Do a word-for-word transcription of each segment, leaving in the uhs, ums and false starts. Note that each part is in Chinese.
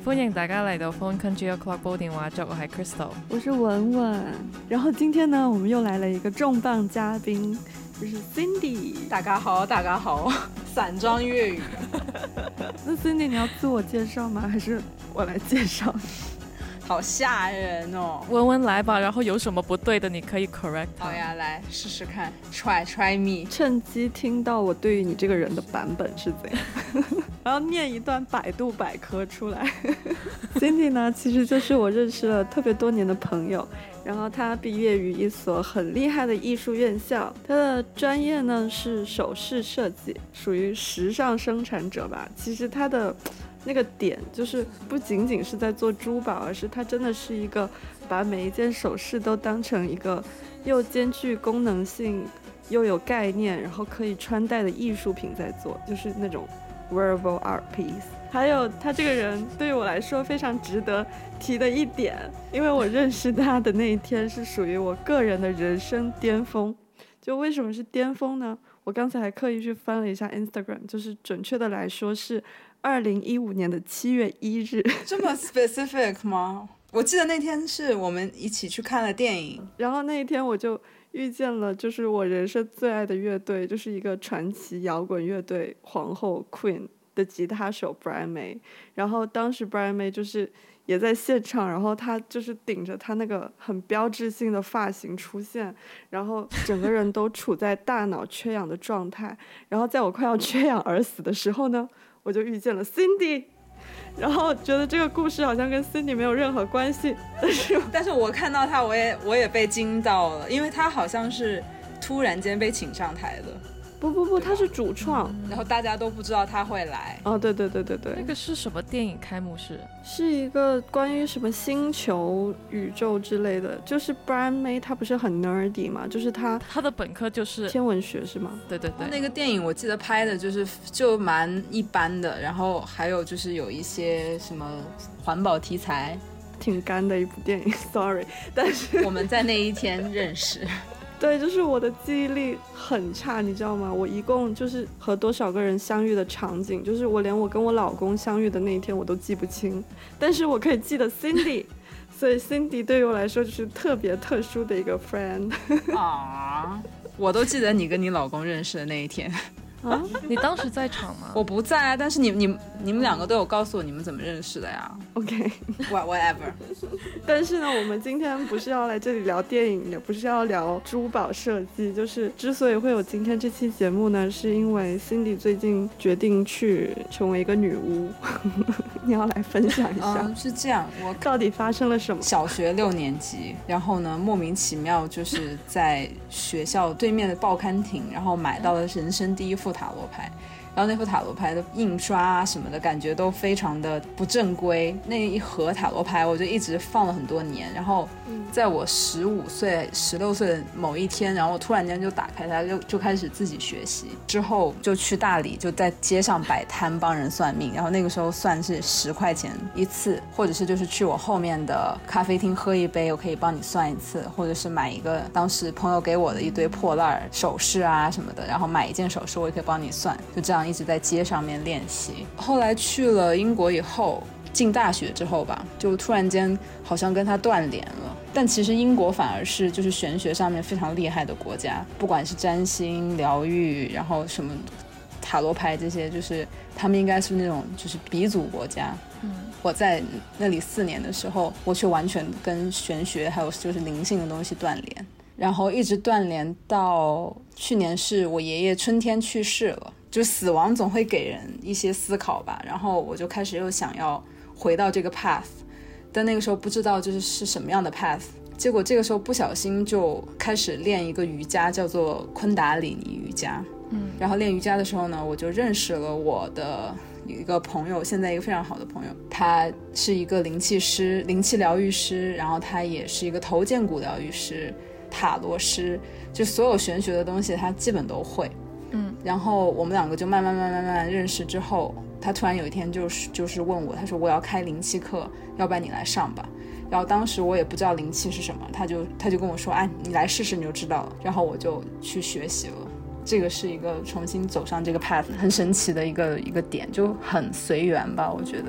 歡迎大家嚟到 Phone Country O'Clock 煲電話粥，我係 Crystal， 我是文文。然後今天呢，我們又來了一個重磅嘉賓，就是 Cindy。 大家好，大家好，散裝粵語。 那 Cindy 你要自我介紹嗎？還是我來介紹？ 好嚇人哦！ 文文來吧，然後有什麼不對的你可以 correct。 好呀，來試試看 ，try try me。 趁機聽到我對於你這個人的版本是怎樣，然後念一段百度百科出來。Cindy 呢，其實就是我認識了特別多年的朋友，然後他畢業於一所很厲害的藝術院校，他的專業呢是首飾設計，屬於時尚生產者吧。其實他的那個點就是不僅僅是在做珠寶，而是他真的是一個把每一件首飾都當成一個又兼具功能性又有概念然後可以穿戴的藝術品在做，就是那種 wearable art piece。 還有他這個人對於我來說非常值得提的一點，因為我認識他的那一天是屬於我個人的人生巔峰。就為什麼是巔峰呢？我剛才還刻意去翻了一下 Instagram， 就是準確的來說是二零一五年的七月一日。 這麼 specific 嗎？我記得那天是我們一起去看了電影， 然後那一天我就遇見了就是我人生最愛的樂隊，就是一個傳奇搖滾樂隊皇後 Queen 的吉他手 Brian May。 然後當時 Brian May 就是也在現場，然後他就是頂着他那個很標誌性的髮型出現，然後整個人都處在大腦缺氧的狀態。然後在我快要缺氧而死的時候呢，我就遇見了 Cindy， 然後覺得這個故事好像跟 Cindy 沒有任何關係，但是但是我看到他我也我也被驚到了，因為他好像是突然間被請上台的。 不不不，他是主創、嗯、 然後大家都不知道他會來。 哦，對對對對對， 那個是什麼電影開幕式？ 是一個關於什麼星球宇宙之類的，就是 Brian May 他不是很 nerdy 嘛，就是他他的本科就是天文學是嗎？ 對對對， 那個電影我記得拍的就是就蠻一般的，然後還有就是有一些什麼環保題材， 挺乾的一部電影，sorry， 但是我們在那一天認識。 對，就是我的記憶力很差，你知道嗎？我一共就是和多少個人相遇的場景，就是我連我跟我老公相遇的那一天我都記不清，但是我可以記得 Cindy， 所以 Cindy 對於我來說就是特別特殊的一個 friend。 啊，我都記得你跟你老公認識的那一天。 啊，你當時在場嗎？ 我不在啊，但是你你你們兩個都有告訴我你們怎麼認識的呀。 OK， whatever。 但是呢，我們今天不是要來這裡聊電影，也不是要聊珠寶設計，就是之所以會有今天這期節目呢，是因為 Cindy 最近決定去成為一個女巫。你要來分享一下。 嗯，是這樣，我到底發生了什麼？ 小學六年級，然後呢，莫名其妙就是在學校對面的報刊亭，然後買到了人生第一副塔羅牌。然後那副塔羅牌的印刷啊什麼的感覺都非常的不正規，那一盒塔羅牌我就一直放了很多年，然後在我十五歲十六歲的某一天，然後我突然間就打開它，就就開始自己學習，之後就去大理，就在街上擺攤幫人算命，然後那個時候算是十塊錢一次，或者是就是去我後面的咖啡廳喝一杯，我可以幫你算一次，或者是買一個當時朋友給我的一堆破爛首飾啊什麼的，然後買一件首飾我也可以幫你算，就這樣一直在街上面練習。後來去了英國以後，進大學之後吧，就突然間好像跟他斷聯了。但其實英國反而是就是玄學上面非常厲害的國家，不管是占星、療癒，然後什麼塔羅牌這些，就是他們應該是那種就是鼻祖國家。嗯，我在那裡四年的時候，我卻完全跟玄學還有就是靈性的東西斷聯，然後一直斷聯到去年是我爺爺春天去世了。就死亡總會給人一些思考吧，然後我就開始又想要回到這個 path， 但那個時候不知道就是是什麼樣的 path， 結果這個時候不小心就開始練一個瑜伽，叫做昆達里尼瑜伽。嗯，然後練瑜伽的時候呢，我就認識了我的一個朋友，現在一個非常好的朋友，他是一個靈氣師、靈氣療癒師，然後他也是一個頭肩骨療癒師、塔羅師，就所有玄學的東西他基本都會。嗯，然後我們兩個就慢慢慢慢慢慢認識之後，他突然有一天就是就是問我，他說我要開靈氣課，要不然你來上吧。然後當時我也不知道靈氣是什麼，他就他就跟我說，哎，你來試試你就知道了。然後我就去學習了，這個是一個重新走上這個 path 很神奇的一個一個點，就很隨緣吧，我覺得。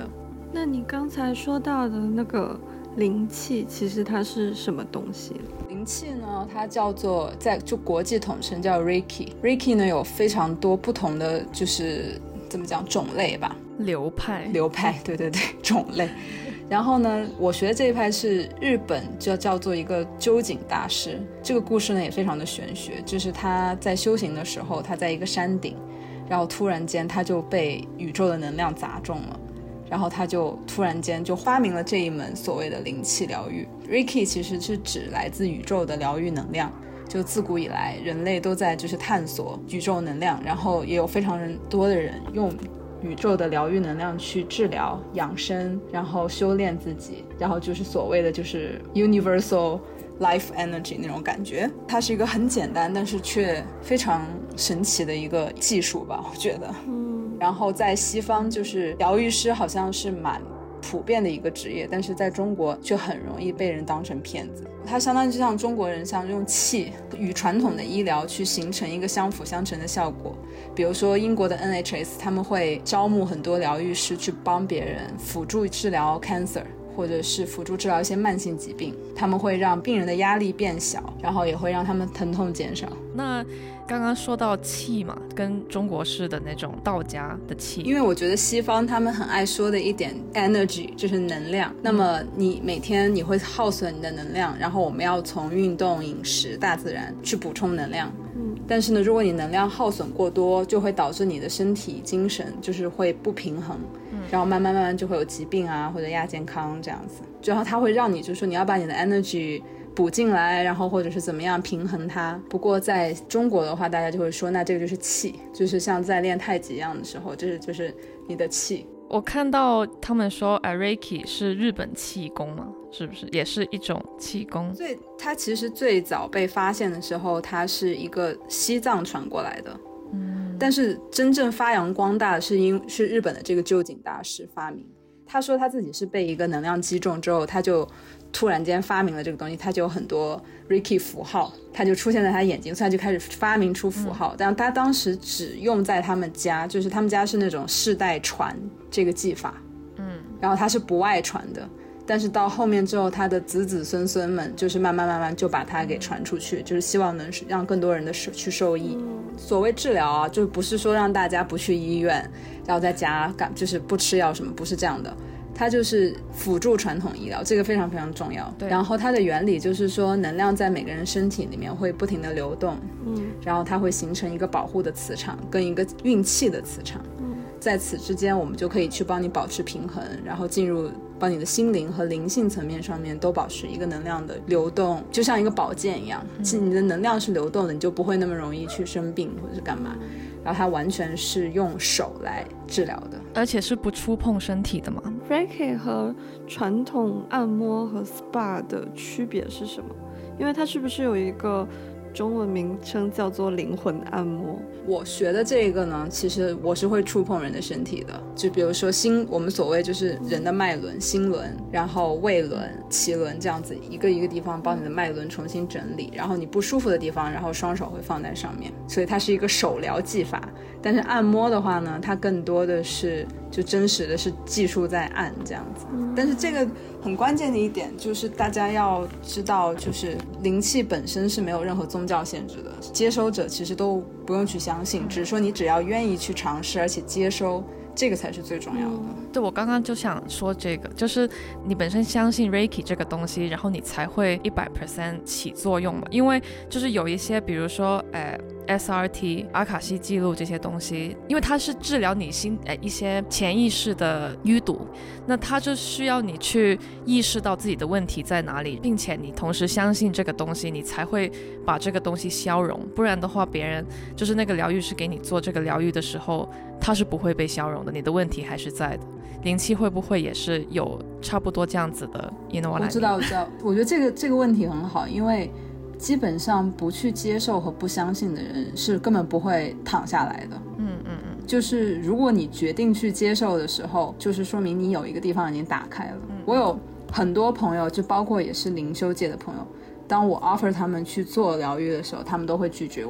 那你刚才说到的那个灵气，其实它是什么东西？ 灵气呢，它叫做在就国际统称叫 Reiki。 Reiki 呢有非常多不同的就是怎么讲种类吧， 流派流派对对对种类。然后呢我学的这一派是日本就叫做一个究竟大师。这个故事呢也非常的玄学，就是他在修行的时候，他在一个山顶，然后突然间他就被宇宙的能量砸中了，然后他就突然间就发明了这一门所谓的灵气疗愈。 Reiki 其实是指来自宇宙的疗愈能量，就自古以来人类都在就是探索宇宙能量，然后也有非常多的人用宇宙的疗愈能量去治疗养生，然后修炼自己，然后就是所谓的就是 universal life energy 那种感觉。它是一个很简单但是却非常神奇的一个技术吧，我觉得。嗯，然后在西方就是疗愈师好像是蛮普遍的一个职业，但是在中国却很容易被人当成骗子。它相当于就像中国人像用气与传统的医疗去形成一个相辅相成的效果。比如说英国的 N H S 他们会招募很多疗愈师去帮别人辅助治疗 cancer，或者是辅助治疗一些慢性疾病，他们会让病人的压力变小，然后也会让他们疼痛减少。 那刚刚说到气嘛，跟中国式的那种道家的气， 因为我觉得西方他们很爱说的一点 energy 就是能量，那么你每天你会耗损你的能量，然后我们要从运动、饮食、大自然去补充能量。嗯，但是呢如果你能量耗损过多，就会导致你的身体精神就是会不平衡，然后慢慢慢慢就会有疾病啊或者亚健康这样子。然后它会让你就是说你要把你的 energy 补进来，然后或者是怎么样平衡它。不过在中国的话大家就会说那这个就是气，就是像在练太极一样的时候，这是就是你的气。 我看到他们说 Reiki 是日本气功嘛，是不是也是一种气功？ 所以它其实最早被发现的时候它是一个西藏传过来的，嗯，但是真正发扬光大的是因是日本的这个究竟大师发明。他说他自己是被一个能量击中之后，他就突然间发明了这个东西，他就有很多 Reiki 符号，他就出现在他眼睛，所以他就开始发明出符号、嗯、但他当时只用在他们家，就是他们家是那种世代传这个技法，嗯，然后他是不外传的，但是到后面之后他的子子孙孙们就是慢慢慢慢就把它给传出去，就是希望能让更多人的去受益、嗯、所谓治疗啊，就不是说让大家不去医院然后在家就是不吃药什么，不是这样的，它就是辅助传统医疗，这个非常非常重要。对，然后它的原理就是说能量在每个人身体里面会不停的流动，嗯，然后它会形成一个保护的磁场跟一个运气的磁场，嗯，在此之间我们就可以去帮你保持平衡，然后进入帮你的心灵和灵性层面上面都保持一个能量的流动，就像一个宝剑一样，其实你的能量是流动的，你就不会那么容易去生病或者是干嘛，然后它完全是用手来治疗的， 而且是不触碰身体的嘛。 Reiki 和传统按摩和 S P A 的区别是什么？因为它是不是有一个中文名称叫做灵魂按摩？ 我学的这个呢，其实我是会触碰人的身体的，就比如说心，我们所谓就是人的脉轮、心轮，然后胃轮、脐轮这样子一个一个地方帮你的脉轮重新整理，然后你不舒服的地方，然后双手会放在上面，所以它是一个手疗技法。但是按摩的话呢，它更多的是就真实的是技术在按这样子。但是这个很关键的一点就是大家要知道，就是灵气本身是没有任何宗教限制的，接收者其实都不用去相信，只是说你只要愿意去尝试而且接收，这个才是最重要的、嗯、 对，我刚刚就想说这个，就是你本身相信 Reiki 这个东西，然后你才会 百分之百 起作用嘛。因为就是有一些比如说呃 S R T 阿卡西记录这些东西，因为它是治疗你心、呃、一些潜意识的淤堵，那它就需要你去意识到自己的问题在哪里，并且你同时相信这个东西，你才会把这个东西消融。不然的话，别人就是那个疗愈师给你做这个疗愈的时候，它是不会被消融的，你的问题还是在的。灵气会不会也是有差不多这样子的 you know what I mean？ 我知道我知道我觉得这个这个问题很好，因为基本上不去接受和不相信的人是根本不会躺下来的。嗯嗯嗯，就是如果你决定去接受的时候，就是说明你有一个地方已经打开了、嗯、我有很多朋友，就包括也是灵修界的朋友，当我 offer 他们去做疗愈的时候，他们都会拒绝我，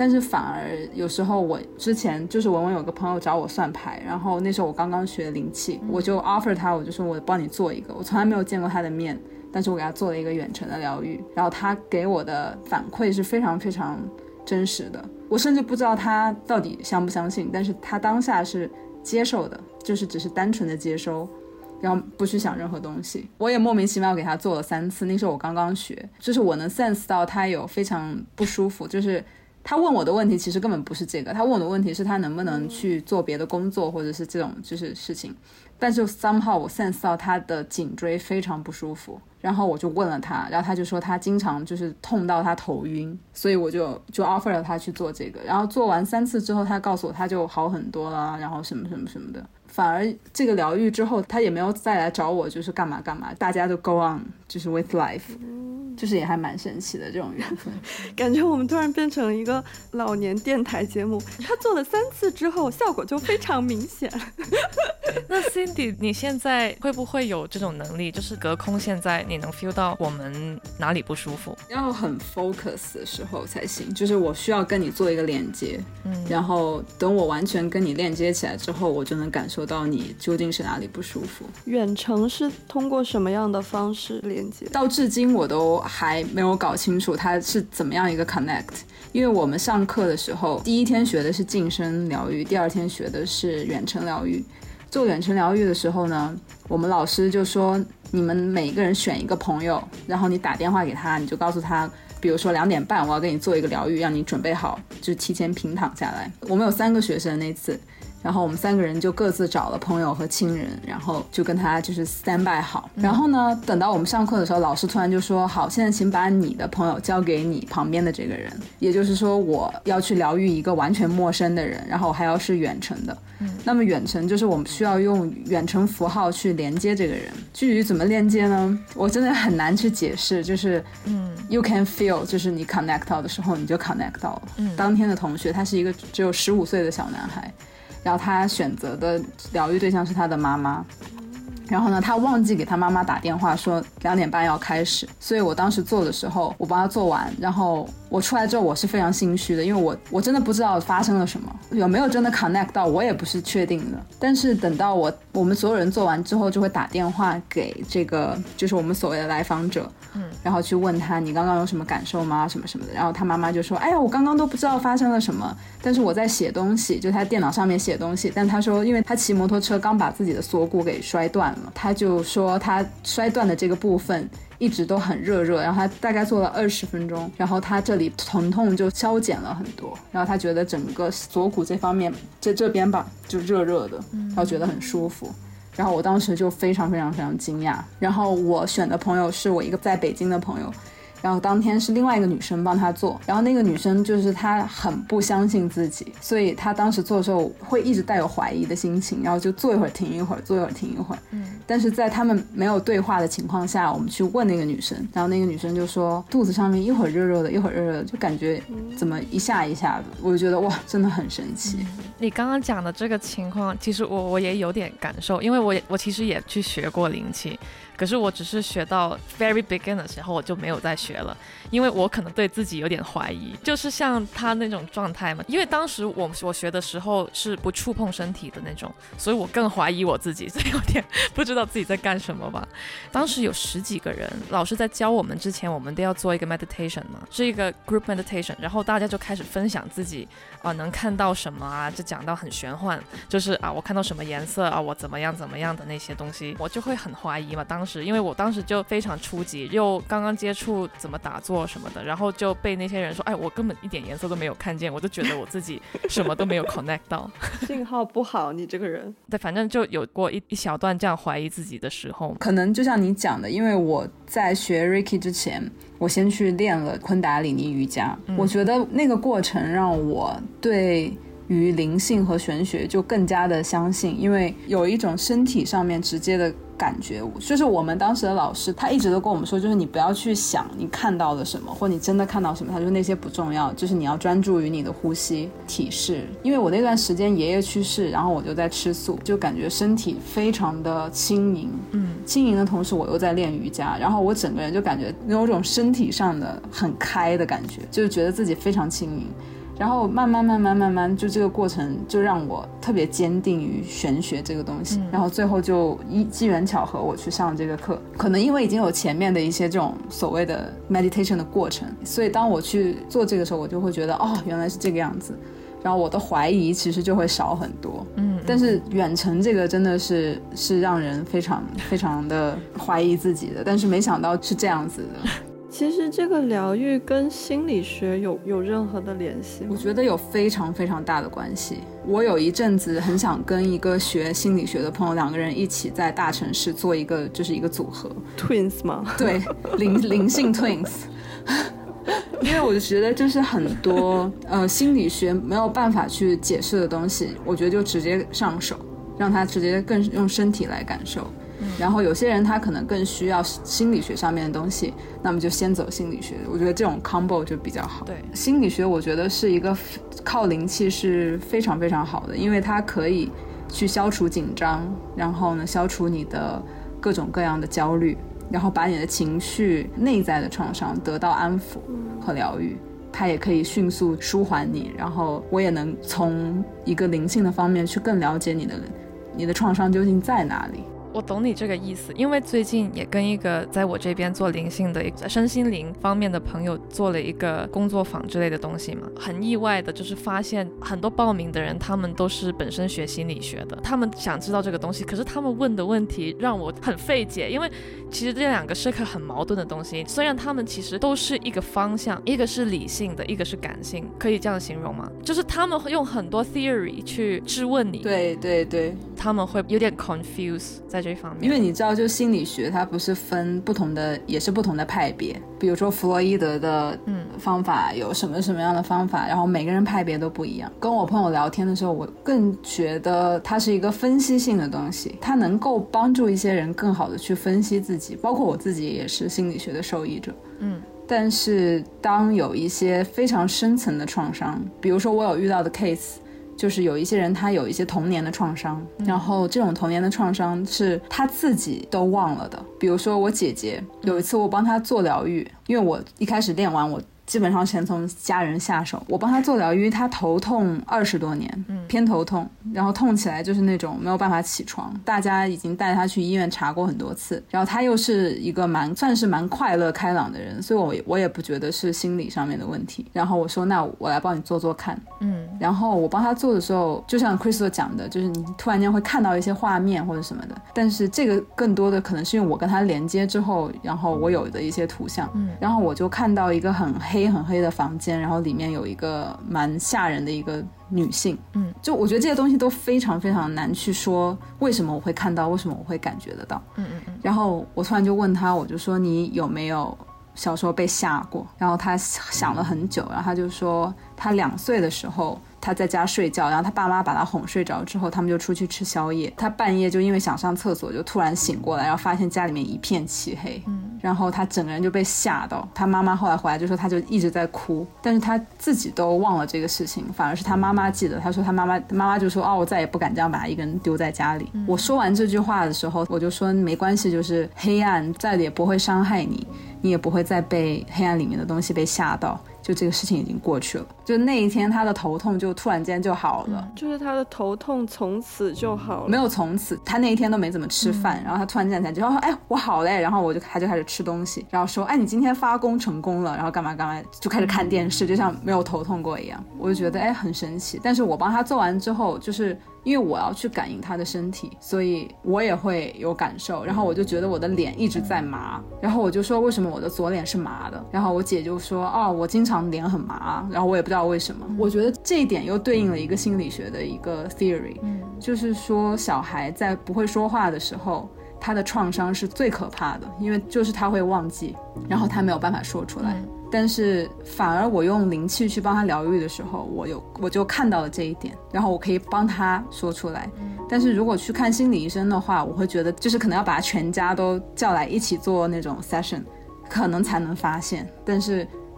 但是反而有时候我之前就是文文有个朋友找我算牌，然后那时候我刚刚学灵气，我就 offer 他，我就说我帮你做一个，我从来没有见过他的面，但是我给他做了一个远程的疗愈，然后他给我的反馈是非常非常真实的，我甚至不知道他到底相不相信，但是他当下是接受的，就是只是单纯的接收，然后不去想任何东西。我也莫名其妙给他做了三次，那时候我刚刚学，就是我能 sense 到他有非常不舒服，就是他问我的问题其实根本不是这个，他问我的问题是他能不能去做别的工作或者是这种就是事情，但是 somehow 我 sense 到他的颈椎非常不舒服，然后我就问了他，然后他就说他经常就是痛到他头晕，所以我就就 offer 了他去做这个，然后做完三次之后他告诉我他就好很多了，然后什么什么什么的，反而这个疗愈之后他也没有再来找我就是干嘛干嘛，大家都 go on 就是 with life，就是也还蛮神奇的这种缘分。 感觉我们突然变成了一个老年电台节目，他做了三次之后效果就非常明显。 那 Cindy 你现在会不会有这种能力，就是隔空现在你能 feel 到我们哪里不舒服？ 要很 focus 的时候才行，就是我需要跟你做一个连接，嗯，然后等我完全跟你链接起来之后，我就能感受到你究竟是哪里不舒服。 远程是通过什么样的方式连接？ 到至今我都还没有搞清楚它是怎么样一个 connect， 因为我们上课的时候第一天学的是近身疗愈，第二天学的是远程疗愈。做远程疗愈的时候呢，我们老师就说你们每一个人选一个朋友，然后你打电话给他，你就告诉他比如说两点半我要给你做一个疗愈，让你准备好，就提前平躺下来。我们有三个学生那次，然后我们三个人就各自找了朋友和亲人，然后就跟他就是 stand by 好，然后呢等到我们上课的时候，老师突然就说好，现在请把你的朋友交给你旁边的这个人，也就是说我要去疗愈一个完全陌生的人，然后还要是远程的。那么远程就是我们需要用远程符号去连接这个人，至于怎么连接呢，我真的很难去解释，就是嗯 you can feel， 就是你 connect 到的时候你就 connect 到了、嗯、当天的同学他是一个只有十五岁的小男孩，然后他选择的疗愈对象是他的妈妈，然后呢他忘记给他妈妈打电话说两点半要开始，所以我当时做的时候我帮他做完，然后我出来之后我是非常心虚的，因为我我真的不知道发生了什么，有没有真的 connect 到我也不是确定的。但是等到我我们所有人做完之后，就会打电话给这个就是我们所谓的来访者，嗯，然后去问他你刚刚有什么感受吗什么什么的，然后他妈妈就说哎呀我刚刚都不知道发生了什么，但是我在写东西，就他电脑上面写东西，但他说因为他骑摩托车刚把自己的锁骨给摔断了，他就说他摔断的这个部分一直都很热热，然后他大概做了二十分钟，然后他这里疼痛就消减了很多，然后他觉得整个锁骨这方面这这边吧就热热的，然后觉得很舒服，然后我当时就非常非常非常惊讶。然后我选的朋友是我一个在北京的朋友，然后当天是另外一个女生帮她做，然后那个女生就是她很不相信自己，所以她当时做的时候会一直带有怀疑的心情，然后就做一会儿停一会儿，做一会儿停一会儿、嗯、但是在他们没有对话的情况下，我们去问那个女生，然后那个女生就说肚子上面一会儿热热的一会儿热热的，就感觉怎么一下一下的，我就觉得哇真的很神奇、嗯、 你刚刚讲的这个情况其实我我也有点感受，因为我也我其实也去学过灵气，可是我只是学到 very beginner 的时候我就没有再学了，因为我可能对自己有点怀疑，就是像他那种状态嘛，因为当时我我学的时候是不触碰身体的那种，所以我更怀疑我自己，所以有点不知道自己在干什么吧。当时有十几个人，老师在教我们之前我们都要做一个 meditation 嘛，是一个 group meditation， 然后大家就开始分享自己啊能看到什么啊，就讲到很玄幻，就是啊我看到什么颜色啊，我怎么样怎么样的那些东西，我就会很怀疑嘛。当时因为我当时就非常初级，又刚刚接触怎么打坐什么的，然后就被那些人说哎我根本一点颜色都没有看见，我就觉得我自己什么都没有 connect 到信号不好你这个人。 对，反正就有过一一小段这样怀疑自己的时候。 可能就像你讲的，因为我在学 Reiki 之前我先去练了昆达里尼瑜伽、嗯、我觉得那个过程让我对于灵性和玄学就更加的相信，因为有一种身体上面直接的感觉，就是我们当时的老师他一直都跟我们说，就是你不要去想你看到了什么或你真的看到什么，他说那些不重要，就是你要专注于你的呼吸体式。因为我那段时间爷爷去世，然后我就在吃素，就感觉身体非常的轻盈，嗯，轻盈的同时我又在练瑜伽，然后我整个人就感觉有种身体上的很开的感觉，就是觉得自己非常轻盈。 然后慢慢慢慢慢慢就这个过程就让我特别坚定于玄学这个东西、嗯、然后最后就一机缘巧合我去上这个课，可能因为已经有前面的一些这种所谓的 meditation 的过程，所以当我去做这个时候我就会觉得哦原来是这个样子，然后我的怀疑其实就会少很多。嗯，但是远程这个真的是是让人非常非常的怀疑自己的，但是没想到是这样子的。 其实这个疗愈跟心理学有有任何的联系吗？ 我觉得有非常非常大的关系。我有一阵子很想跟一个学心理学的朋友两个人一起在大城市做一个就是一个组合 Twins 吗？ 对，灵灵性 Twins 因为我就觉得就是很多呃心理学没有办法去解释的东西，我觉得就直接上手，让他直接更用身体来感受。然后有些人他可能更需要心理学上面的东西，那么就先走心理学，我觉得这种 combo 就比较好。 对， 心理学我觉得是一个靠灵气是非常非常好的，因为它可以去消除紧张，然后呢消除你的各种各样的焦虑，然后把你的情绪内在的创伤得到安抚和疗愈，它也可以迅速舒缓你，然后我也能从一个灵性的方面去更了解你的你的创伤究竟在哪里。 我懂你这个意思，因为最近也跟一个在我这边做灵性的一个身心灵方面的朋友做了一个工作坊之类的东西嘛，很意外的就是发现很多报名的人他们都是本身学心理学的，他们想知道这个东西，可是他们问的问题让我很费解，因为其实这两个是个很矛盾的东西，虽然他们其实都是一个方向，一个是理性的，一个是感性，可以这样形容吗？就是他们会用很多 theory 去质问你， 对对对， 他们会有点 confuse 在这方面， 因为你知道就心理学它不是分不同的，也是不同的派别，比如说弗洛伊德的方法有什么什么样的方法、嗯、然后每个人派别都不一样。跟我朋友聊天的时候我更觉得它是一个分析性的东西，它能够帮助一些人更好的去分析自己，包括我自己也是心理学的受益者。嗯，但是当有一些非常深层的创伤，比如说我有遇到的 case，就是有一些人他有一些童年的创伤、嗯、然后这种童年的创伤是他自己都忘了的。比如说我姐姐有一次我帮她做疗愈，因为我一开始练完我基本上先从家人下手，我帮她做疗愈，她头痛二十多年、嗯、偏头痛，然后痛起来就是那种没有办法起床，大家已经带她去医院查过很多次，然后她又是一个蛮算是蛮快乐开朗的人，所以我我也不觉得是心理上面的问题。然后我说那我来帮你做做看，嗯，然后我帮她做的时候就像 Crystal 讲的，就是你突然间会看到一些画面或者什么的，但是这个更多的可能是因为我跟她连接之后，然后我有的一些图像、嗯、然后我就看到一个很黑很黑的房间，然后里面有一个蛮吓人的一个女性，嗯，就我觉得这些东西都非常非常难去说为什么我会看到，为什么我会感觉得到，嗯嗯嗯。然后我突然就问她，我就说你有没有小时候被吓过？然后她想了很久，然后她就说她两岁的时候他在家睡觉，然后他爸妈把他哄睡着之后他们就出去吃宵夜，他半夜就因为想上厕所就突然醒过来，然后发现家里面一片漆黑、嗯、然后他整个人就被吓到，他妈妈后来回来就说他就一直在哭，但是他自己都忘了这个事情，反而是他妈妈记得，他说他妈妈妈妈就说哦我再也不敢这样把他一个人丢在家里、嗯、我说完这句话的时候我就说没关系，就是黑暗再也不会伤害你，你也不会再被黑暗里面的东西被吓到，就这个事情已经过去了。就那一天他的头痛就突然间就好了、嗯、 就是他的头痛从此就好了。 没有从此，他那一天都没怎么吃饭、嗯、然后他突然间就说哎我好嘞，然后我就他就开始吃东西，然后说哎你今天发功成功了，然后干嘛干嘛，就开始看电视，就像没有头痛过一样。我就觉得哎很神奇。但是我帮他做完之后，就是因为我要去感应他的身体，所以我也会有感受，然后我就觉得我的脸一直在麻，然后我就说为什么我的左脸是麻的，然后我姐就说哦我经常脸很麻，然后我也不知道为什么。我觉得这一点又对应了一个心理学的一个 theory、嗯、就是说小孩在不会说话的时候他的创伤是最可怕的，因为就是他会忘记，然后他没有办法说出来、嗯，但是反而我用灵气去帮他疗愈的时候，我有我就看到了这一点，然后我可以帮他说出来。但是如果去看心理医生的话，我会觉得就是可能要把全家都叫来一起做那种 session 可能才能发现，但是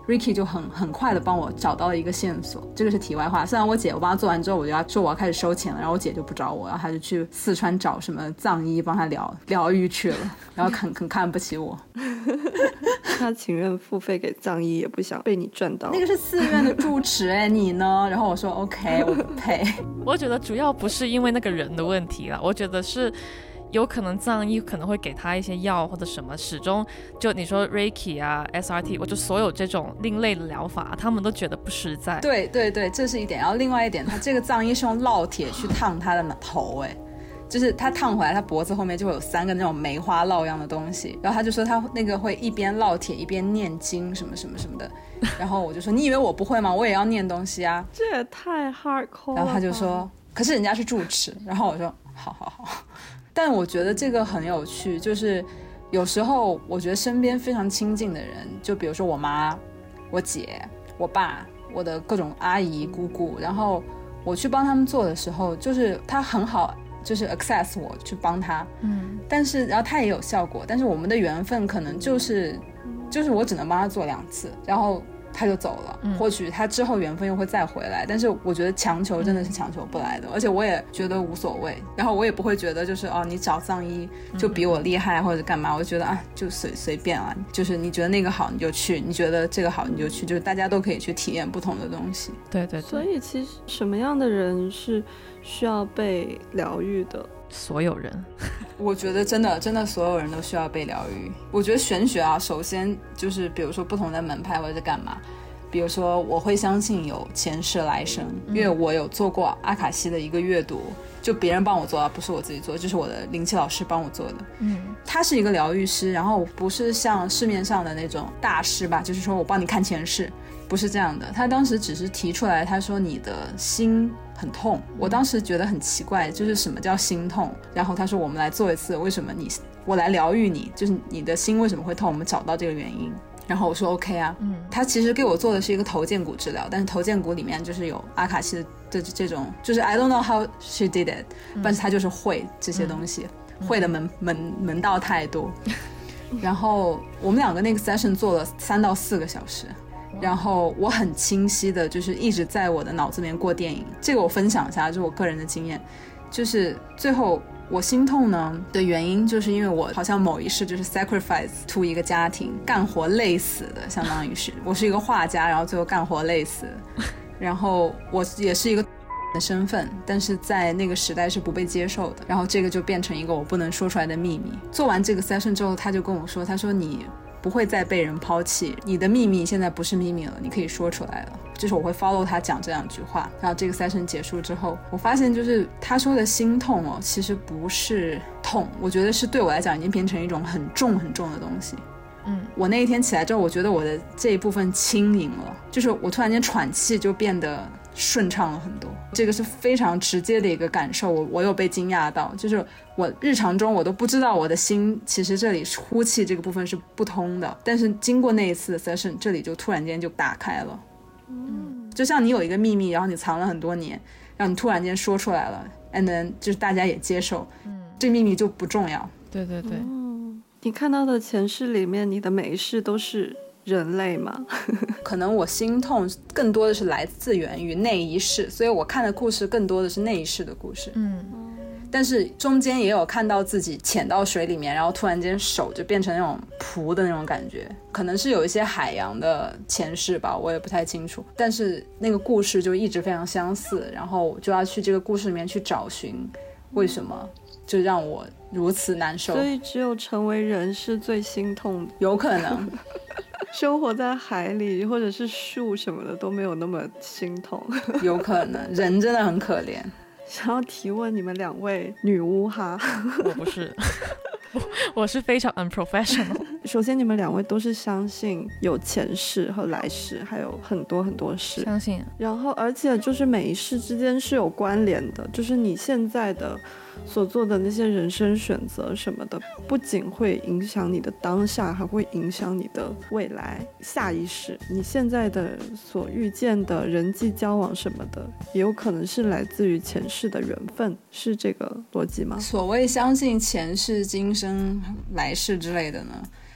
Ricky 就很很快的帮我找到了一个线索，这个是题外话。虽然我姐我帮她做完之后，我就要说我要开始收钱了，然后我姐就不找我，然后她就去四川找什么藏医帮她疗疗愈去了，然后很很看不起我。 他情愿付费给藏医，也不想被你赚到。 那个是寺院的住持哎，你呢？然后我说 OK， 我不配。 我觉得主要不是因为那个人的问题啦，我觉得是。有可能藏医可能会给他一些药或者什么，始终就你说 Reiki 啊 S R T， 我就所有这种另类的疗法他们都觉得不实在。 对对对，这是一点。然后另外一点，他这个藏医是用烙铁去烫他的头，哎，就是他烫回来他脖子后面就会有三个那种梅花烙一样的东西，然后他就说他那个会一边烙铁一边念经什么什么什么的，然后我就说你以为我不会吗？我也要念东西啊。 这也太 hardcore 了。 然后他就说可是人家是住持，然后我说好好好。但我觉得这个很有趣，就是有时候我觉得身边非常亲近的人，就比如说我妈、我姐、我爸、我的各种阿姨、姑姑，然后我去帮他们做的时候，就是他很好，就是 access 我去帮他，嗯，但是然后他也有效果，但是我们的缘分可能就是就是我只能帮他做两次，然后他就走了、嗯、或许他之后缘分又会再回来，但是我觉得强求真的是强求不来的、嗯、而且我也觉得无所谓，然后我也不会觉得就是哦你找藏医就比我厉害或者干嘛、嗯、我就觉得啊就随随便啊，就是你觉得那个好你就去，你觉得这个好你就去，就是大家都可以去体验不同的东西。 对对对， 所以其实什么样的人是需要被疗愈的？ 所有人。 我觉得真的真的所有人都需要被疗愈。我觉得玄学啊，首先就是比如说不同的门派或者干嘛，比如说我会相信有前世来生、嗯、因为我有做过阿卡西的一个阅读，就别人帮我做的，不是我自己做，就是我的灵气老师帮我做的。嗯，他是一个疗愈师，然后不是像市面上的那种大师吧，就是说我帮你看前世，不是这样的。他当时只是提出来，他说你的心很痛，我当时觉得很奇怪，就是什么叫心痛，然后他说我们来做一次，为什么你我来疗愈你，就是你的心为什么会痛，我们找到这个原因。然后我说 OK 啊，嗯，他其实给我做的是一个头剑骨治疗，但是头剑骨里面就是有阿卡西的这这种，就是 I don't know how she did it、嗯、但是他就是会这些东西、嗯、会的门门门道太多。然后我们两个那个 session 做了三到四个小时，然后我很清晰的就是一直在我的脑子里面过电影。这个我分享一下，就是我个人的经验，就是最后我心痛呢的原因就是因为我好像某一世就是 sacrifice to 一个家庭，干活累死的，相当于是我是一个画家，然后最后干活累死，然后我也是一个的身份，但是在那个时代是不被接受的，然后这个就变成一个我不能说出来的秘密。做完这个 session 之后，他就跟我说，他说你不会再被人抛弃，你的秘密现在不是秘密了，你可以说出来了。就是我会 follow 他讲这两句话。然后这个 session 结束之后，我发现就是他说的心痛哦，其实不是痛，我觉得是对我来讲已经变成一种很重很重的东西。嗯，我那一天起来之后，我觉得我的这一部分轻盈了，就是我突然间喘气就变得顺畅了很多，这个是非常直接的一个感受。我我有被惊讶到，就是我日常中我都不知道我的心其实这里呼气这个部分是不通的，但是经过那一次的 session， 这里就突然间就打开了。嗯，就像你有一个秘密，然后你藏了很多年，然后你突然间说出来了 and then 就是大家也接受，嗯，这秘密就不重要。 对对对、 嗯、你看到的前世里面，你的每一世都是人类吗？ 可能我心痛更多的是来自源于那一世，所以我看的故事更多的是那一世的故事。嗯，但是中间也有看到自己潜到水里面，然后突然间手就变成那种浮的那种感觉，可能是有一些海洋的前世吧，我也不太清楚，但是那个故事就一直非常相似，然后就要去这个故事里面去找寻为什么就让我如此难受。 所以只有成为人是最心痛的。 有可能生活在海里或者是树什么的都没有那么心痛。 有可能人真的很可怜。 想要提问你们两位女巫哈。 我不是我是非常 unprofessional。 首先你们两位都是相信有前世和来世，还有很多很多世， 相信。 然后而且就是每一世之间是有关联的，就是你现在的所做的那些人生选择什么的，不仅会影响你的当下，还会影响你的未来下一世。你现在的所遇见的人际交往什么的，也有可能是来自于前世的缘分，是这个逻辑吗？ 所谓相信前世今生来世之类的呢，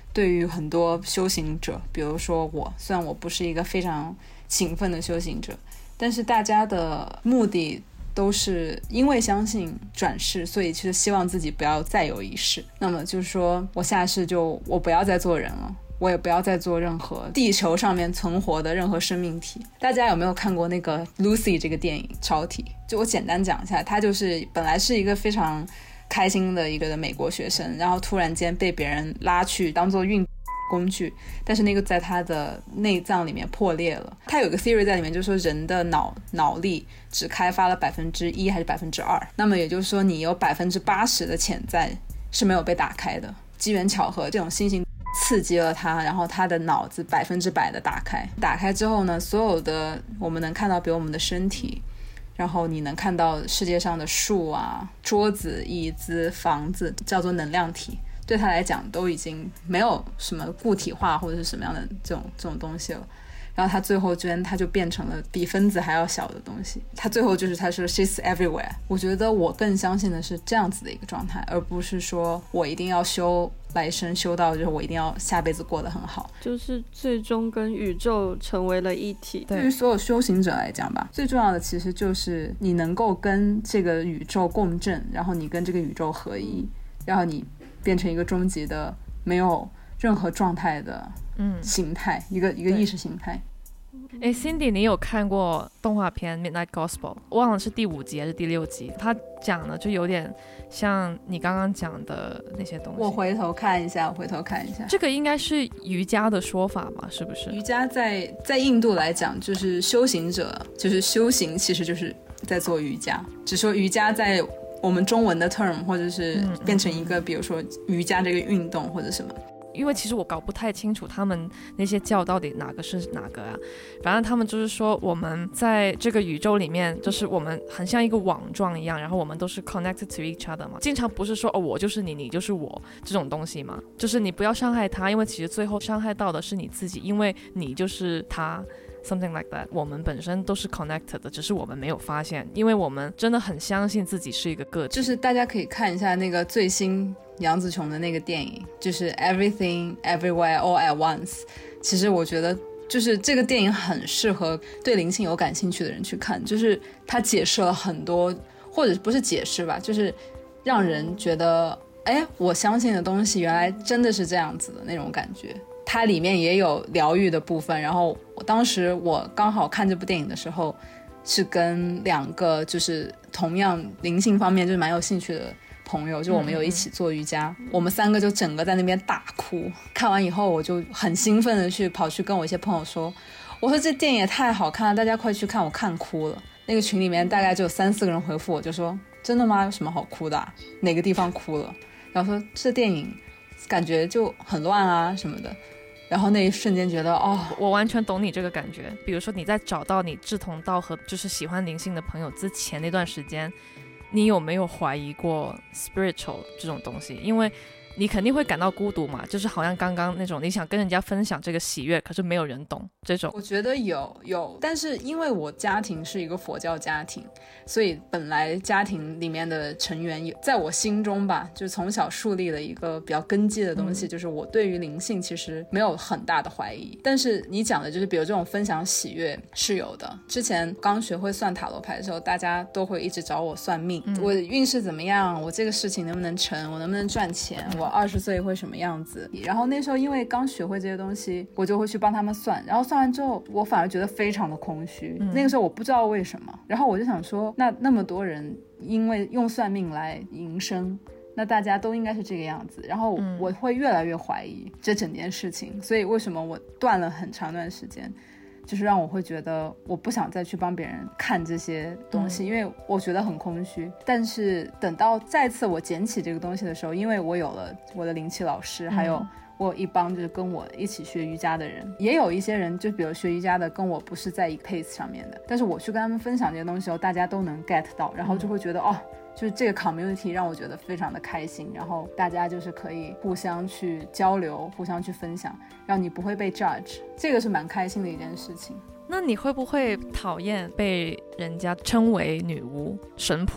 对于很多修行者，比如说我，虽然我不是一个非常勤奋的修行者，但是大家的目的都是因为相信转世，所以其实希望自己不要再有一世。那么就是说我下世就我不要再做人了，我也不要再做任何地球上面存活的任何生命体。大家有没有看过那个 Lucy 这个电影超体？就我简单讲一下，他就是本来是一个非常开心的一个美国学生，然后突然间被别人拉去当做运工具，但是那个在他的内脏里面破裂了。他有个 theory 在里面，就是说人的脑脑力只开发了百分之一还是百分之二，那么也就是说你有百分之八十的潜在是没有被打开的。机缘巧合，这种星星刺激了他，然后他的脑子百分之百的打开。打开之后呢，所有的我们能看到，比如我们的身体，然后你能看到世界上的树啊、桌子、椅子、房子，叫做能量体。对他来讲都已经没有什么固体化或者是什么样的这种这种东西了，然后他最后居然他就变成了比分子还要小的东西。他最后就是他说 she's everywhere。 我觉得我更相信的是这样子的一个状态，而不是说我一定要修来生修到就是我一定要下辈子过得很好， 就是最终跟宇宙成为了一体。 对于所有修行者来讲吧，最重要的其实就是你能够跟这个宇宙共振，然后你跟这个宇宙合一，然后你变成一个终极的没有任何状态的形态、嗯、一个一个意识形态。 哎 Cindy 你有看过动画片 Midnight Gospel？ 忘了是第五集还是第六集，他讲的就有点像你刚刚讲的那些东西。 我回头看一下我回头看一下这个应该是瑜伽的说法吧？是不是瑜伽在在印度来讲就是修行者，就是修行其实就是在做瑜伽，只说瑜伽在我们中文的 term 或者是变成一个比如说瑜伽这个运动或者什么。 因为其实我搞不太清楚他们那些教到底哪个是哪个啊，反正他们就是说我们在这个宇宙里面就是我们很像一个网状一样，然后我们都是 connected to each other 嘛，经常不是说哦我就是你你就是我这种东西嘛，就是你不要伤害他，因为其实最后伤害到的是你自己，因为你就是他something like that。 我们本身都是 connected 的，只是我们没有发现，因为我们真的很相信自己是一个个体。 就是大家可以看一下那个最新杨紫琼的那个电影，就是 Everything Everywhere All at Once。 其实我觉得就是这个电影很适合对灵性有感兴趣的人去看，就是它解释了很多，或者不是解释吧，就是让人觉得哎，我相信的东西原来真的是这样子的那种感觉。它里面也有疗愈的部分，然后我当时我刚好看这部电影的时候是跟两个就是同样灵性方面就是蛮有兴趣的朋友，就我们有一起做瑜伽、嗯、我们三个就整个在那边大哭。看完以后我就很兴奋的去跑去跟我一些朋友说，我说这电影也太好看了，大家快去看，我看哭了。那个群里面大概就有三四个人回复我，就说真的吗？有什么好哭的、啊、哪个地方哭了？然后说这电影感觉就很乱啊什么的。然后那一瞬间觉得哦， 我完全懂你这个感觉。比如说你在找到你志同道合就是喜欢灵性的朋友之前那段时间，你有没有怀疑过 spiritual 这种东西？因为你肯定会感到孤独嘛，就是好像刚刚那种你想跟人家分享这个喜悦，可是没有人懂这种。 我觉得有有，但是因为我家庭是一个佛教家庭，所以本来家庭里面的成员在我心中吧，就从小树立了一个比较根基的东西、嗯、就是我对于灵性其实没有很大的怀疑。但是你讲的就是比如这种分享喜悦是有的。之前刚学会算塔罗牌的时候，大家都会一直找我算命、嗯、我运势怎么样，我这个事情能不能成，我能不能赚钱，我二十岁会什么样子。然后那时候因为刚学会这些东西，我就会去帮他们算，然后算完之后我反而觉得非常的空虚、嗯、那个时候我不知道为什么，然后我就想说那那么多人因为用算命来营生，那大家都应该是这个样子，然后我会越来越怀疑这整件事情。所以为什么我断了很长一段时间，就是让我会觉得我不想再去帮别人看这些东西、嗯、因为我觉得很空虚。但是等到再次我捡起这个东西的时候，因为我有了我的灵气老师、嗯、还有我有一帮就是跟我一起学瑜伽的人，也有一些人就比如学瑜伽的跟我不是在一个 pace 上面的，但是我去跟他们分享这些东西后，大家都能 get 到，然后就会觉得、嗯、哦就是这个 community 让我觉得非常的开心，然后大家就是可以互相去交流，互相去分享，让你不会被 judge， 这个是蛮开心的一件事情。 那你会不会讨厌被人家称为女巫、神婆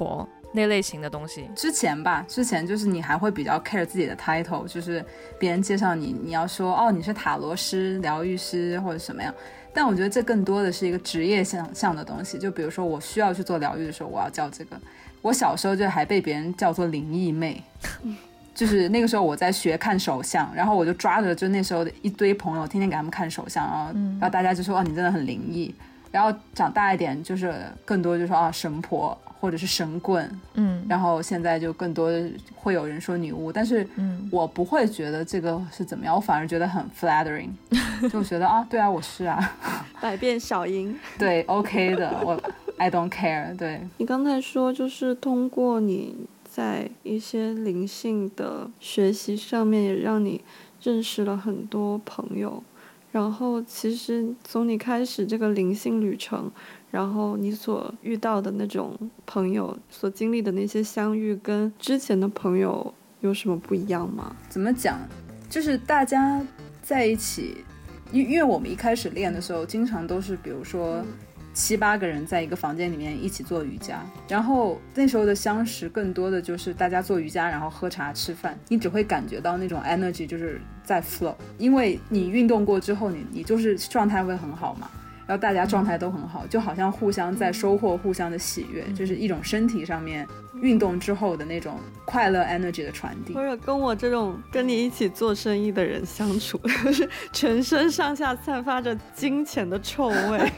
那类型的东西？ 之前吧，之前就是你还会比较 care 自己的 title， 就是别人介绍你，你要说哦你是塔罗师、疗愈师或者什么样。但我觉得这更多的是一个职业向向的东西，就比如说我需要去做疗愈的时候，我要叫这个。我小时候就还被别人叫做灵异妹。就是那个时候我在学看手相，然后我就抓着就那时候的一堆朋友天天给他们看手相，然后、嗯、然后大家就说哦你真的很灵异。然后长大一点就是更多就说啊神婆或者是神棍， 嗯， 然后现在就更多会有人说女巫，但是我不会觉得这个是怎么样，我反而觉得很 flattering， 就觉得啊对啊我是啊百变小樱对 OK 的，我 I don't care。 对， 你刚才说就是通过你在一些灵性的学习上面也让你认识了很多朋友，然后其实从你开始这个灵性旅程，然后你所遇到的那种朋友所经历的那些相遇跟之前的朋友有什么不一样吗？ 怎么讲，就是大家在一起，因为我们一开始练的时候经常都是比如说七八个人在一个房间里面一起做瑜伽，然后那时候的相识更多的就是大家做瑜伽然后喝茶吃饭，你只会感觉到那种 energy 就是在 flow， 因为你运动过之后你你就是状态会很好嘛，然后大家状态都很好，就好像互相在收获互相的喜悦，就是一种身体上面运动之后的那种快乐 energy 的传递。 或者跟我这种跟你一起做生意的人相处，就是全身上下散发着金钱的臭味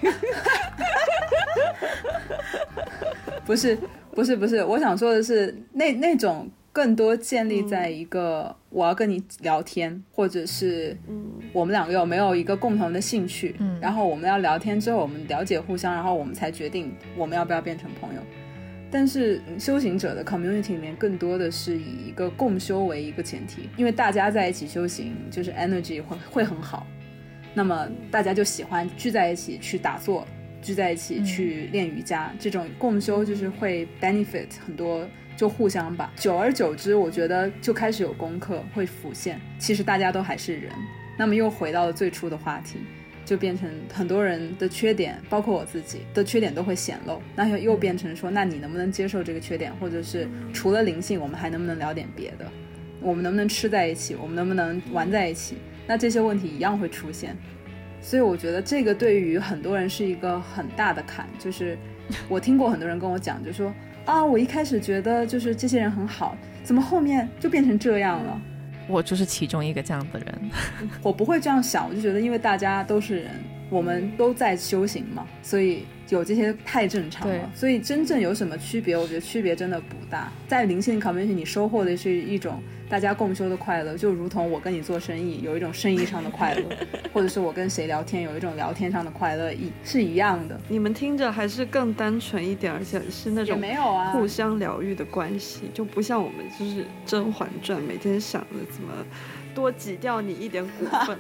不是不是不是，我想说的是那那种更多建立在一个我要跟你聊天、嗯、或者是我们两个有没有一个共同的兴趣、嗯、然后我们要聊天之后我们了解互相，然后我们才决定我们要不要变成朋友。但是修行者的 community 里面更多的是以一个共修为一个前提，因为大家在一起修行就是 energy 会会很好，那么大家就喜欢聚在一起去打坐，聚在一起去练瑜伽、嗯、这种共修就是会 benefit 很多，就互相吧。久而久之我觉得就开始有功课会浮现，其实大家都还是人，那么又回到了最初的话题，就变成很多人的缺点包括我自己的缺点都会显露，那又变成说那你能不能接受这个缺点，或者是除了灵性我们还能不能聊点别的，我们能不能吃在一起，我们能不能玩在一起，那这些问题一样会出现。所以我觉得这个对于很多人是一个很大的坎，就是我听过很多人跟我讲，就说啊我一开始觉得就是这些人很好，怎么后面就变成这样了。 我就是其中一个这样的人我不会这样想，我就觉得因为大家都是人，我们都在修行嘛，所以有这些太正常了。所以真正有什么区别，我觉得区别真的不大。在灵性 community 你收获的是一种大家共修的快乐，就如同我跟你做生意有一种生意上的快乐或者是我跟谁聊天有一种聊天上的快乐，是一样的。 你们听着还是更单纯一点，而且是那种没有啊互相疗愈的关系，就不像我们就是甄嬛传每天想着怎么多挤掉你一点股份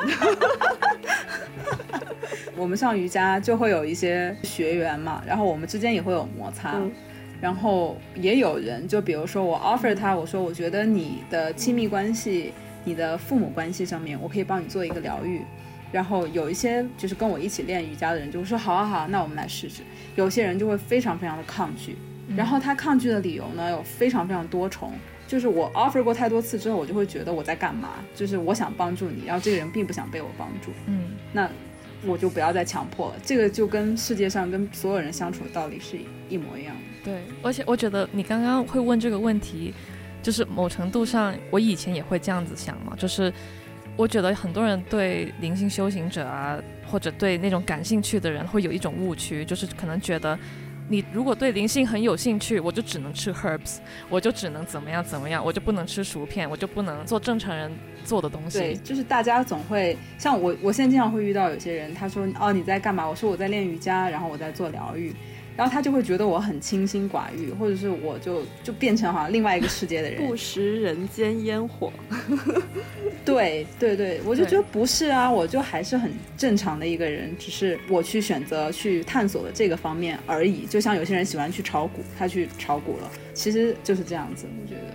我们上瑜伽就会有一些学员嘛，然后我们之间也会有摩擦、嗯、然后也有人就比如说我 offer 他，我说我觉得你的亲密关系你的父母关系上面我可以帮你做一个疗愈，然后有一些就是跟我一起练瑜伽的人就会说好啊好啊，那我们来试试。有些人就会非常非常的抗拒，然后他抗拒的理由呢有非常非常多重，就是我 offer 过太多次之后我就会觉得我在干嘛，就是我想帮助你，然后这个人并不想被我帮助，嗯，那我就不要再强迫了。这个就跟世界上跟所有人相处的道理是一模一样的。 对，而且我觉得你刚刚会问这个问题，就是某程度上我以前也会这样子想嘛，就是我觉得很多人对灵性修行者啊，或者对那种感兴趣的人会有一种误区，就是可能觉得你如果对灵性很有兴趣，我就只能吃 herbs， 我就只能怎么样怎么样，我就不能吃薯片，我就不能做正常人做的东西。 对，就是大家总会像我我现在经常会遇到有些人，他说哦你在干嘛，我说我在练瑜伽，然后我在做疗愈，然后他就会觉得我很清心寡欲，或者是我就就变成好像另外一个世界的人， 不食人间烟火对对对，我就觉得不是啊，我就还是很正常的一个人，只是我去选择去探索的这个方面而已。就像有些人喜欢去炒股，他去炒股了，其实就是这样子。我觉得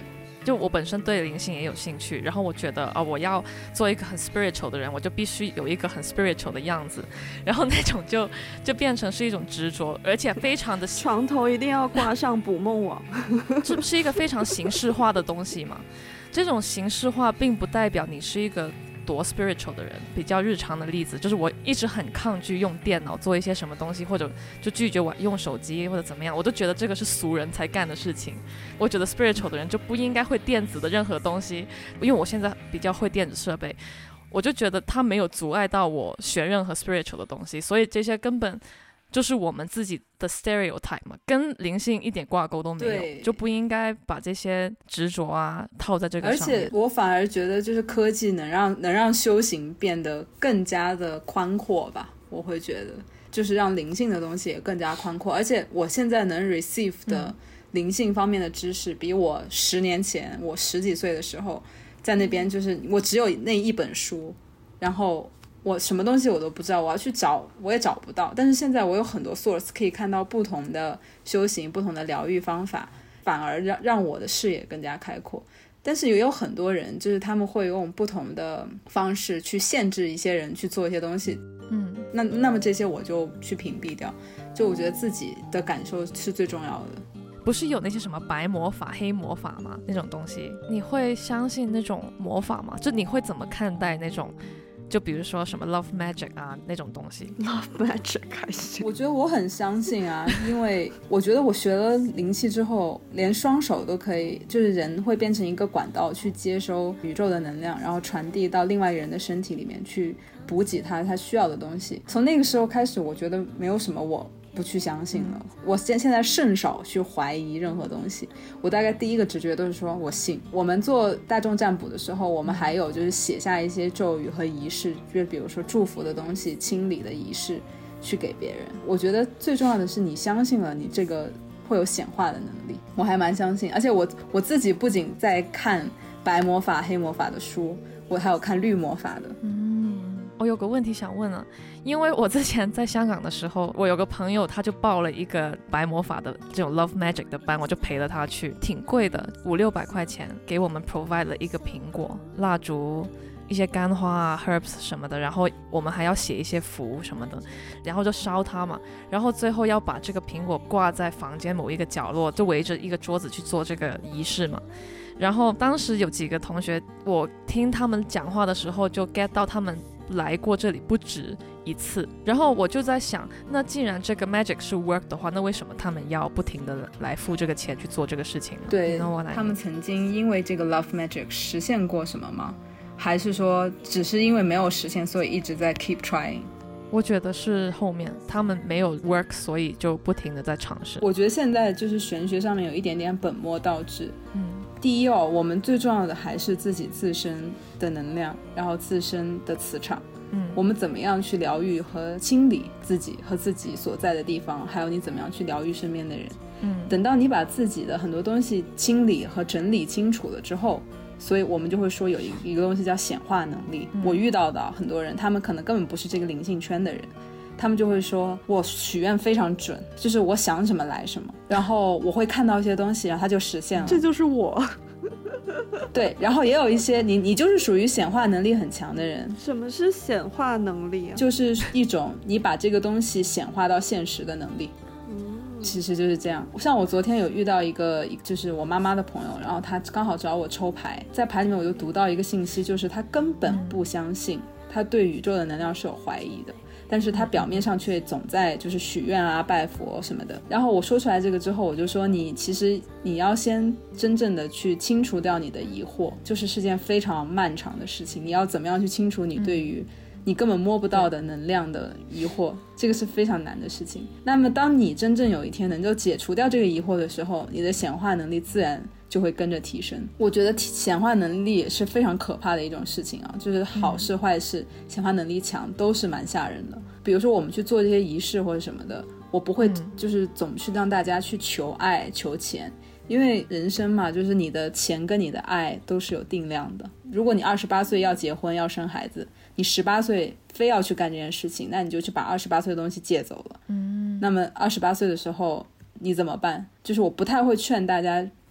就我本身对灵性也有兴趣，然后我觉得啊、呃，我要做一个很 spiritual 的人，我就必须有一个很 spiritual 的样子，然后那种就就变成是一种执着，而且非常的床头一定要挂上捕梦网， 这不是一个非常形式化的东西吗？这种形式化并不代表你是一个多 spiritual 的人。比较日常的例子就是我一直很抗拒用电脑做一些什么东西，或者就拒绝我用手机或者怎么样，我都觉得这个是俗人才干的事情。我觉得 spiritual 的人就不应该会电子的任何东西，因为我现在比较会电子设备，我就觉得它没有阻碍到我学任何 spiritual 的东西，所以这些根本就是我们自己的 stereotype 嘛，跟灵性一点挂钩都没有，就不应该把这些执着啊套在这个上面。 而且我反而觉得就是科技能让能让修行变得更加的宽阔吧，我会觉得就是让灵性的东西也更加宽阔。而且我现在能 receive 的灵性方面的知识、嗯、比我十年前我十几岁的时候在那边就是我只有那一本书，然后我什么东西我都不知道，我要去找我也找不到。但是现在我有很多 source 可以看到不同的修行不同的疗愈方法，反而让让我的视野更加开阔。但是也有很多人就是他们会用不同的方式去限制一些人去做一些东西， 嗯， 那那么这些我就去屏蔽掉，就我觉得自己的感受是最重要的。 不是有那些什么白魔法黑魔法吗？那种东西你会相信那种魔法吗？就你会怎么看待那种就比如说什么 love magic 啊那种东西。 love magic 还行， 我觉得我很相信啊，因为我觉得我学了灵气之后连双手都可以，就是人会变成一个管道去接收宇宙的能量，然后传递到另外人的身体里面去补给他他需要的东西。从那个时候开始我觉得没有什么我不去相信了，我现现在甚少去怀疑任何东西，我大概第一个直觉都是说我信。我们做大众占卜的时候，我们还有就是写下一些咒语和仪式，就是比如说祝福的东西清理的仪式去给别人。我觉得最重要的是你相信了你这个会有显化的能力，我还蛮相信。而且我我自己不仅在看白魔法黑魔法的书，我还有看绿魔法的。 嗯，我有个问题想问啊，因为我之前在香港的时候，我有个朋友他就报了一个白魔法的这种 love magic 的班，我就陪了他去，挺贵的，五六百块钱，给我们 provide 了一个苹果、蜡烛、一些干花啊 herbs 什么的，然后我们还要写一些符什么的，然后就烧它嘛，然后最后要把这个苹果挂在房间某一个角落，就围着一个桌子去做这个仪式嘛。然后当时有几个同学，我听他们讲话的时候就 get 到他们来过这里不止一次，然后我就在想，那既然这个 magic 是 work 的话，那为什么他们要不停的来付这个钱去做这个事情呢？ 对，他们曾经因为这个 love magic 实现过什么吗？还是说只是因为没有实现所以一直在 keep trying？ 我觉得是后面他们没有 work 所以就不停的在尝试。 我觉得现在就是玄学上面有一点点本末倒置。 嗯， 第一哦，我们最重要的还是自己自身的能量，然后自身的磁场。 嗯， 我们怎么样去疗愈和清理自己和自己所在的地方，还有你怎么样去疗愈身边的人。 嗯， 等到你把自己的很多东西清理和整理清楚了之后，所以我们就会说有一一个东西叫显化能力。嗯，我遇到的很多人，他们可能根本不是这个灵性圈的人，他们就会说我许愿非常准，就是我想什么来什么，然后我会看到一些东西，然后它就实现了。 这就是我。 对，然后也有一些你你就是属于显化能力很强的人。 什么是显化能力啊？ 就是一种你把这个东西显化到现实的能力。其实就是这样。像我昨天有遇到一个就是我妈妈的朋友，然后他刚好找我抽牌，在牌里面我就读到一个信息，就是他根本不相信，他对宇宙的能量是有怀疑的，但是他表面上却总在就是许愿啊拜佛什么的。然后我说出来这个之后，我就说你其实你要先真正的去清除掉你的疑惑，就是是件非常漫长的事情。你要怎么样去清除你对于你根本摸不到的能量的疑惑，这个是非常难的事情。那么当你真正有一天能够解除掉这个疑惑的时候，你的显化能力自然就会跟着提升。我觉得显化能力也是非常可怕的一种事情啊，就是好事坏事，显化能力强都是蛮吓人的。比如说我们去做这些仪式或者什么的，我不会就是总去让大家去求爱求钱，因为人生嘛，就是你的钱跟你的爱都是有定量的。如果你二十八岁要结婚要生孩子，你十八岁非要去干这件事情，那你就去把二十八岁的东西借走了。嗯，那么二十八岁的时候你怎么办？就是我不太会劝大家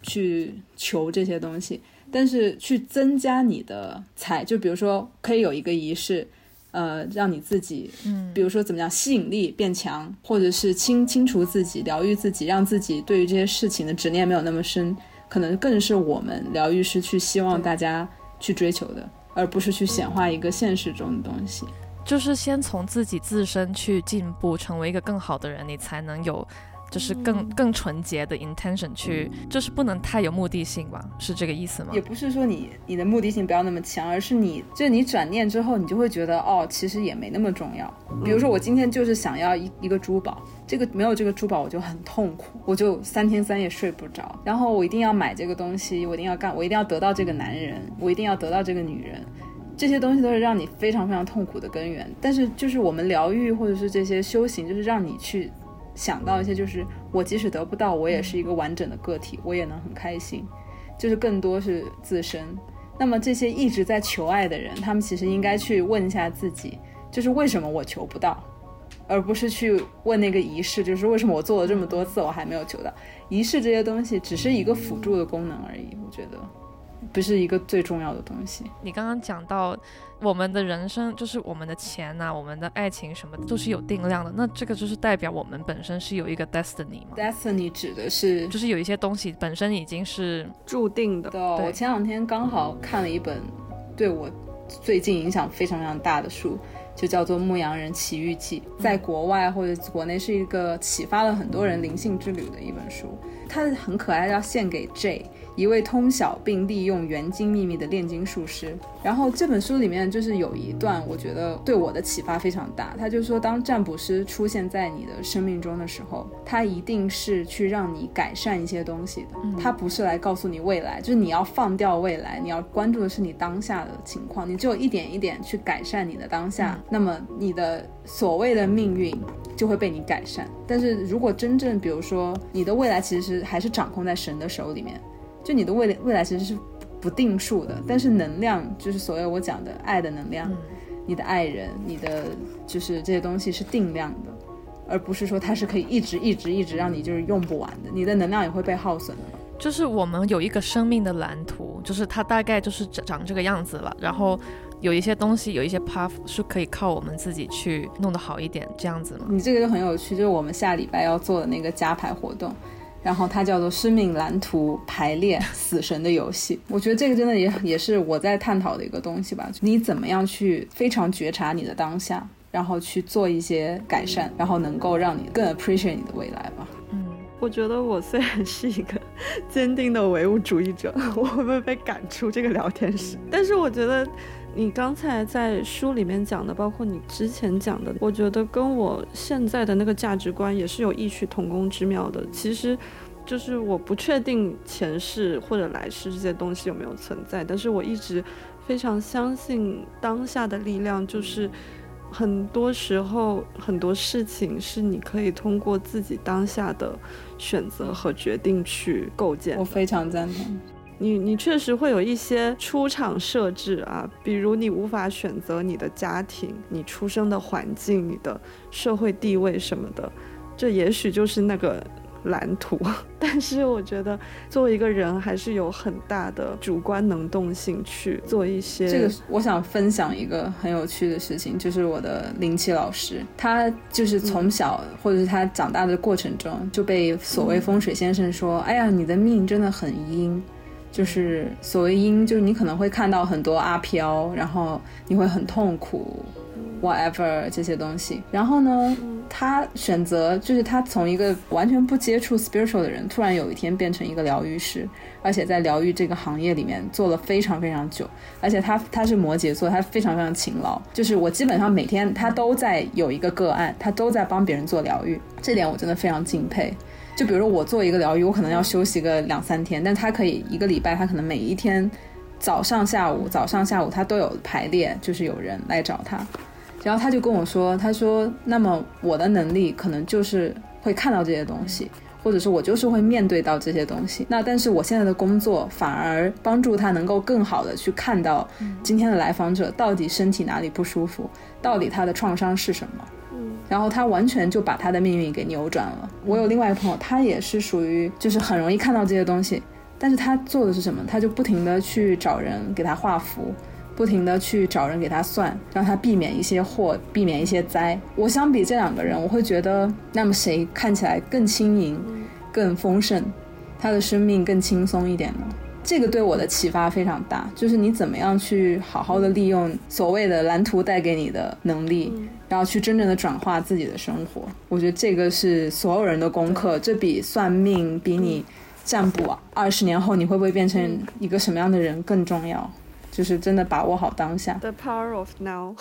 去求这些东西，但是去增加你的财，就比如说可以有一个仪式，呃，让你自己，嗯，比如说怎么样吸引力变强，或者是清清除自己，疗愈自己，让自己对于这些事情的执念没有那么深，可能更是我们疗愈师去希望大家去追求的，而不是去显化一个现实中的东西。 就是先从自己自身去进步，成为一个更好的人，你才能有就是更、嗯、更纯洁的 intention 去，就是不能太有目的性吧，是这个意思吗？ 也不是说你你的目的性不要那么强，而是你就是你转念之后，你就会觉得哦，其实也没那么重要。比如说我今天就是想要一一个珠宝，这个没有这个珠宝我就很痛苦，我就三天三夜睡不着，然后我一定要买这个东西，我一定要干，我一定要得到这个男人，我一定要得到这个女人。这些东西都是让你非常非常痛苦的根源，但是就是我们疗愈或者是这些修行，就是让你去想到一些，就是我即使得不到，我也是一个完整的个体，我也能很开心，就是更多是自身。那么这些一直在求爱的人，他们其实应该去问一下自己，就是为什么我求不到，而不是去问那个仪式，就是为什么我做了这么多次我还没有求到。仪式这些东西只是一个辅助的功能而已，我觉得不是一个最重要的东西。 你刚刚讲到我们的人生，就是我们的钱啊，我们的爱情什么的都是有定量的，那这个就是代表我们本身是有一个 destiny 吗？ Destiny 指的是就是有一些东西本身已经是注定的。 对，我前两天刚好看了一本对我最近影响非常非常大的书，就叫做《牧羊人奇遇记》，在国外或者国内是一个启发了很多人灵性之旅的一本书。它很可爱，要献给 J， 一位通晓并利用元精秘密的炼金术师。然后这本书里面就是有一段我觉得对我的启发非常大，他就说当占卜师出现在你的生命中的时候，他一定是去让你改善一些东西的，他不是来告诉你未来，就是你要放掉未来，你要关注的是你当下的情况，你只有一点一点去改善你的当下、嗯、那么你的所谓的命运就会被你改善。但是如果真正比如说你的未来其实还是掌控在神的手里面，就你的未来未来其实是不定数的，但是能量就是所谓我讲的爱的能量、嗯、你的爱人，你的就是这些东西是定量的，而不是说它是可以一直一直一直让你就是用不完的，你的能量也会被耗损的。 就是我们有一个生命的蓝图，就是它大概就是长这个样子了，然后有一些东西有一些 path 是可以靠我们自己去弄得好一点，这样子吗？ 你这个就很有趣，就是我们下礼拜要做的那个加牌活动，然后它叫做生命蓝图排列死神的游戏。我觉得这个真的也也是我在探讨的一个东西吧，你怎么样去非常觉察你的当下，然后去做一些改善，然后能够让你更 appreciate 你的未来吧。 我觉得我虽然是一个坚定的唯物主义者，我会不会被赶出这个聊天室？但是我觉得你刚才在书里面讲的，包括你之前讲的，我觉得跟我现在的那个价值观也是有异曲同工之妙的。其实就是我不确定前世或者来世这些东西有没有存在，但是我一直非常相信当下的力量，就是很多时候很多事情是你可以通过自己当下的选择和决定去构建。 我非常赞同。 你你确实会有一些出场设置啊，比如你无法选择你的家庭、你出生的环境、你的社会地位什么的，这也许就是那个蓝图。但是我觉得作为一个人还是有很大的主观能动性去做一些。 这个我想分享一个很有趣的事情，就是我的灵气老师，他就是从小、嗯、或者是他长大的过程中就被所谓风水先生说、嗯、哎呀你的命真的很阴，就是所谓阴就是你可能会看到很多阿飘，然后你会很痛苦 whatever 这些东西。然后呢他选择就是他从一个完全不接触 spiritual 的人，突然有一天变成一个疗愈师，而且在疗愈这个行业里面做了非常非常久，而且他他是摩羯座，他非常非常勤劳，就是我基本上每天他都在有一个个案，他都在帮别人做疗愈，这点我真的非常敬佩。就比如说我做一个疗愈，我可能要休息个两三天，但他可以一个礼拜，他可能每一天早上下午早上下午他都有排列，就是有人来找他。然后他就跟我说，他说那么我的能力可能就是会看到这些东西，或者是我就是会面对到这些东西，那但是我现在的工作反而帮助他能够更好的去看到今天的来访者到底身体哪里不舒服，到底他的创伤是什么，然后他完全就把他的命运给扭转了。我有另外一个朋友，他也是属于就是很容易看到这些东西， 但是他做的是什么？他就不停的去找人给他画符，不停的去找人给他算，让他避免一些祸，避免一些灾。我相比这两个人，我会觉得那么谁看起来更轻盈更丰盛，他的生命更轻松一点呢？这个对我的启发非常大，就是你怎么样去好好的利用所谓的蓝图带给你的能力，然后去真正的转化自己的生活。我觉得这个是所有人的功课，这比算命，比你占卜二十年后你会不会变成一个什么样的人更重要，就是真的把握好当下。 The power of now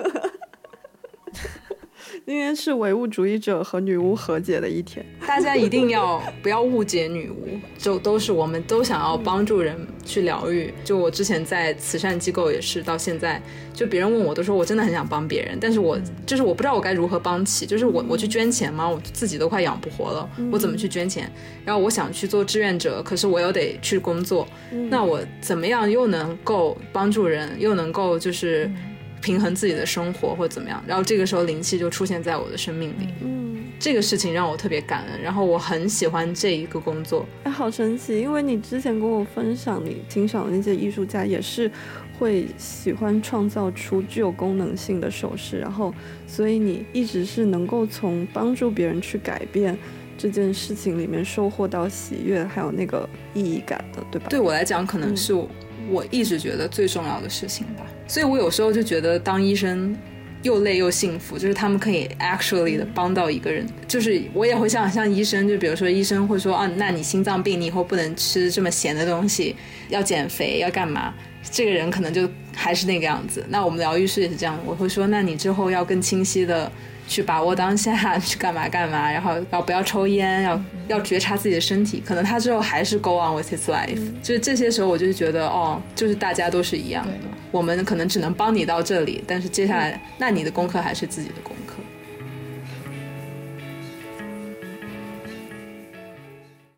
今天是唯物主义者和女巫和解的一天， 大家一定要不要误解女巫，就都是我们都想要帮助人去疗愈。就我之前在慈善机构也是，到现在就别人问我都说我真的很想帮别人，但是我就是我不知道我该如何帮起，就是我我去捐钱吗？我自己都快养不活了，我怎么去捐钱？然后我想去做志愿者，可是我又得去工作，那我怎么样又能够帮助人，又能够就是平衡自己的生活或怎么样？然后这个时候灵气就出现在我的生命里，嗯，这个事情让我特别感恩，然后我很喜欢这一个工作。 哎，好神奇！因为你之前跟我分享，你欣赏的那些艺术家也是会喜欢创造出具有功能性的首饰，然后所以你一直是能够从帮助别人去改变这件事情里面收获到喜悦，还有那个意义感的，对吧？ 对我来讲，可能是我、嗯、我一直觉得最重要的事情吧。所以我有时候就觉得当医生又累又幸福，就是他们可以 actually 的帮到一个人。就是我也会像像医生，就比如说医生会说啊，那你心脏病你以后不能吃这么咸的东西，要减肥要干嘛，这个人可能就还是那个样子。那我们疗愈师也是这样，我会说那你之后要更清晰的去把握当下，去干嘛干嘛，然后要不要抽烟，要要觉察自己的身体。可能他之后还是 go on with his life、嗯、就是这些时候我就觉得哦，就是大家都是一样的，我们可能只能帮你到这里，但是接下来、嗯、那你的功课还是自己的功课。